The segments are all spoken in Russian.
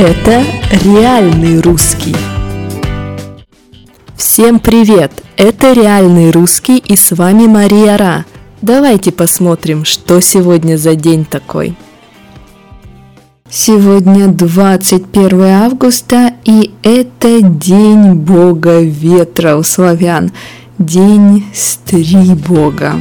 Это реальный русский. Всем привет! Это реальный русский, и с вами Мария Ра. Давайте посмотрим, что сегодня за день такой. Сегодня 21 августа, и это день бога ветра у славян. День Стрибога.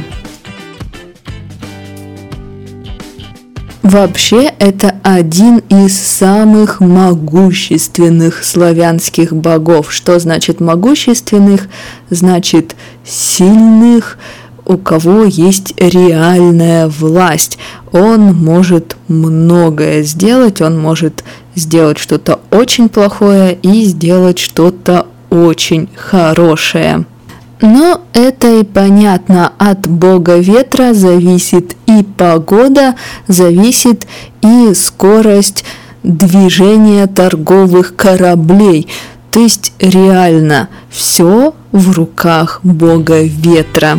Вообще, это один из самых могущественных славянских богов. Что значит могущественных? Значит сильных, у кого есть реальная власть. Он может многое сделать, он может сделать что-то очень плохое и сделать что-то очень хорошее. Но это и понятно, от бога ветра зависит и погода, зависит и скорость движения торговых кораблей. То есть реально все в руках бога ветра.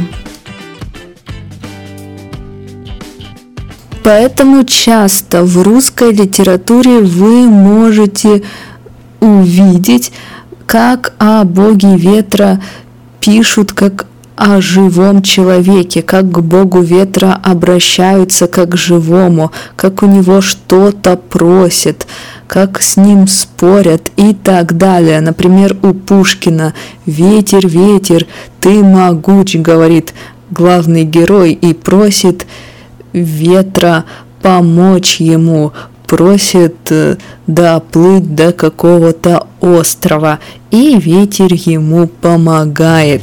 Поэтому часто в русской литературе вы можете увидеть, как о боге ветра пишут как о живом человеке, как к богу ветра обращаются как к живому, как у него что-то просят, как с ним спорят и так далее. Например, у Пушкина «Ветер, ветер, ты могуч», говорит главный герой и просит ветра помочь ему, просит доплыть до какого-то острова, и ветер ему помогает.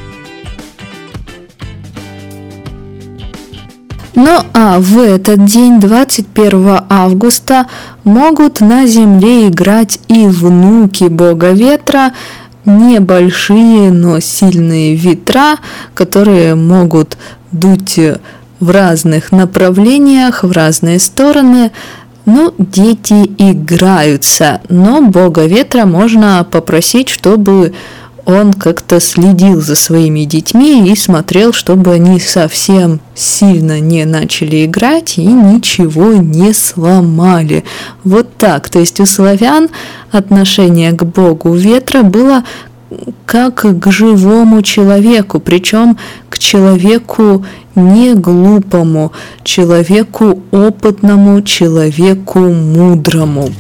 Ну а в этот день, 21 августа, могут на земле играть и внуки бога ветра, небольшие, но сильные ветра, которые могут дуть в разных направлениях, в разные стороны. Ну, дети играются, но бога ветра можно попросить, чтобы он как-то следил за своими детьми и смотрел, чтобы они совсем сильно не начали играть и ничего не сломали. Вот так. То есть у славян отношение к богу ветра было как к живому человеку, причем к человеку не глупому, человеку опытному, человеку мудрому.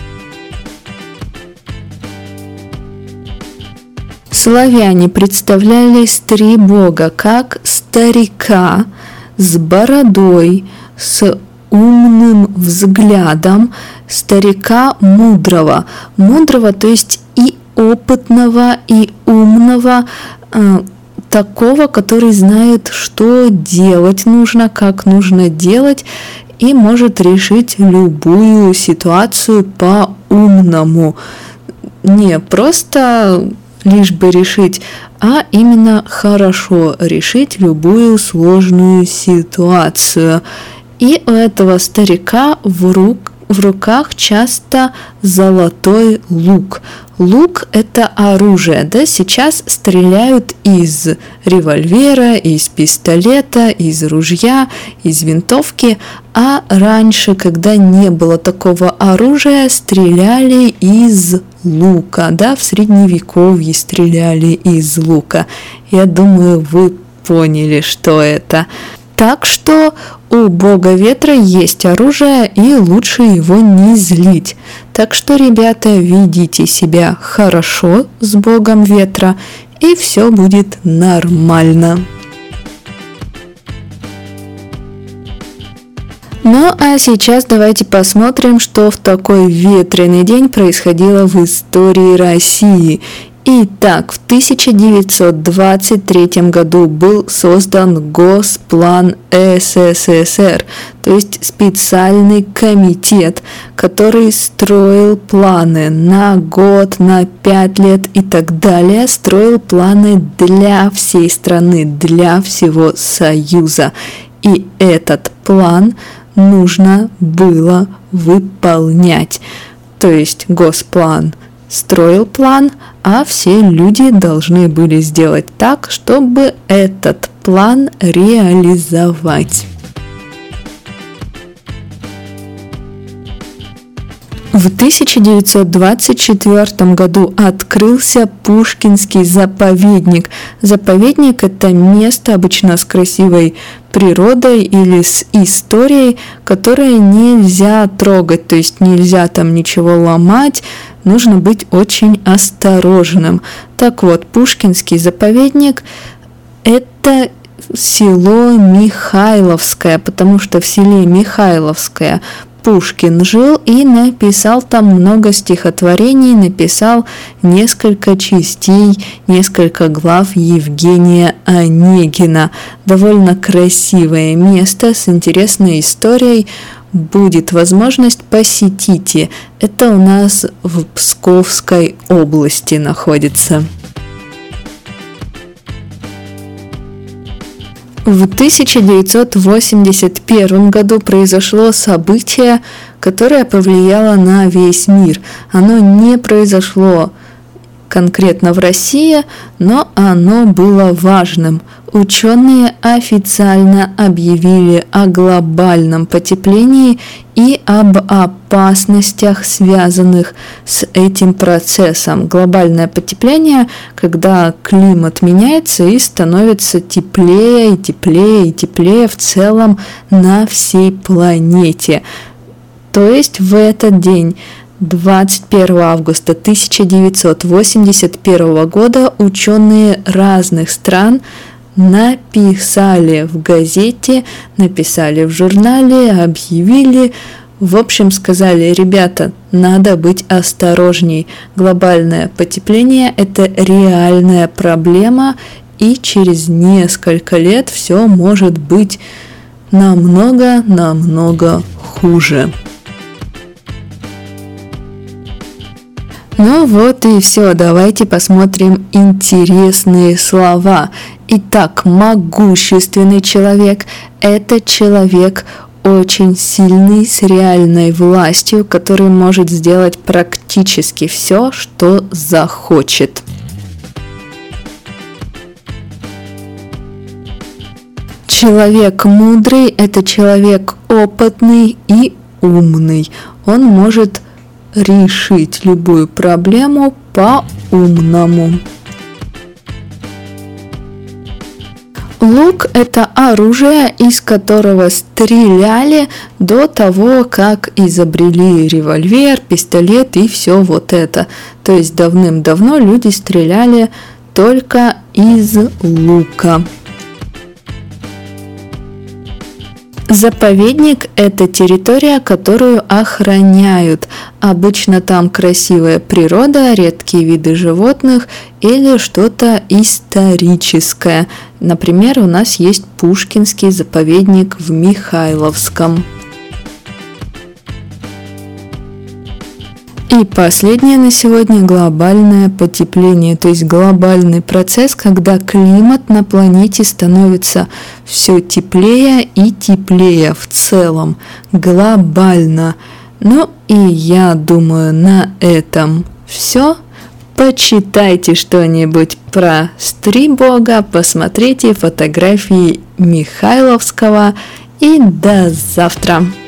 Славяне представляли Стрибога как старика с бородой, с умным взглядом, старика мудрого. Мудрого, то есть и опытного, и умного, такого, который знает, что делать нужно, как нужно делать, и может решить любую ситуацию по-умному. Не просто лишь бы решить, а именно хорошо решить любую сложную ситуацию. И у этого старика в руках часто золотой лук. Лук – это оружие, да, сейчас стреляют из револьвера, из пистолета, из ружья, из винтовки, а раньше, когда не было такого оружия, стреляли из лука, да, в средневековье стреляли из лука. Я думаю, вы поняли, что это. Так что у бога ветра есть оружие, и лучше его не злить. Так что, ребята, ведите себя хорошо с богом ветра, и все будет нормально. Ну а сейчас давайте посмотрим, что в такой ветреный день происходило в истории России. Итак, в 1923 году был создан Госплан СССР, то есть специальный комитет, который строил планы на год, на 5 лет и так далее, строил планы для всей страны, для всего Союза. И этот план нужно было выполнять. То есть Госплан строил план, а все люди должны были сделать так, чтобы этот план реализовать. В 1924 году открылся Пушкинский заповедник. Заповедник – это место обычно с красивой природой или с историей, которые нельзя трогать, то есть нельзя там ничего ломать, нужно быть очень осторожным. Так вот, Пушкинский заповедник – это село Михайловское, потому что в селе Михайловское Пушкин жил и написал там много стихотворений, написал несколько частей, несколько глав Евгения Онегина. Довольно красивое место с интересной историей. Будет возможность, посетите. Это у нас в Псковской области находится. В 1981 году произошло событие, которое повлияло на весь мир. Оно не произошло конкретно в России, но оно было важным. Ученые официально объявили о глобальном потеплении и об опасностях, связанных с этим процессом. Глобальное потепление, когда климат меняется и становится теплее и теплее и теплее в целом на всей планете. То есть в этот день, 21 августа 1981 года, ученые разных стран написали в газете, написали в журнале, объявили, в общем, сказали: ребята, надо быть осторожней. Глобальное потепление – это реальная проблема, и через несколько лет все может быть намного хуже. Ну вот и все, давайте посмотрим интересные слова. Итак, могущественный человек – это человек очень сильный, с реальной властью, который может сделать практически все, что захочет. Человек мудрый – это человек опытный и умный. Он может решить любую проблему по-умному. Лук – это оружие, из которого стреляли до того, как изобрели револьвер, пистолет и все вот это. То есть давным-давно люди стреляли только из лука. Заповедник – это территория, которую охраняют. Обычно там красивая природа, редкие виды животных или что-то историческое. Например, у нас есть Пушкинский заповедник в Михайловском. И последнее на сегодня – глобальное потепление, то есть глобальный процесс, когда климат на планете становится все теплее и теплее в целом, глобально. Ну и я думаю, на этом все. Почитайте что-нибудь про Стрибога, посмотрите фотографии Михайловского и до завтра!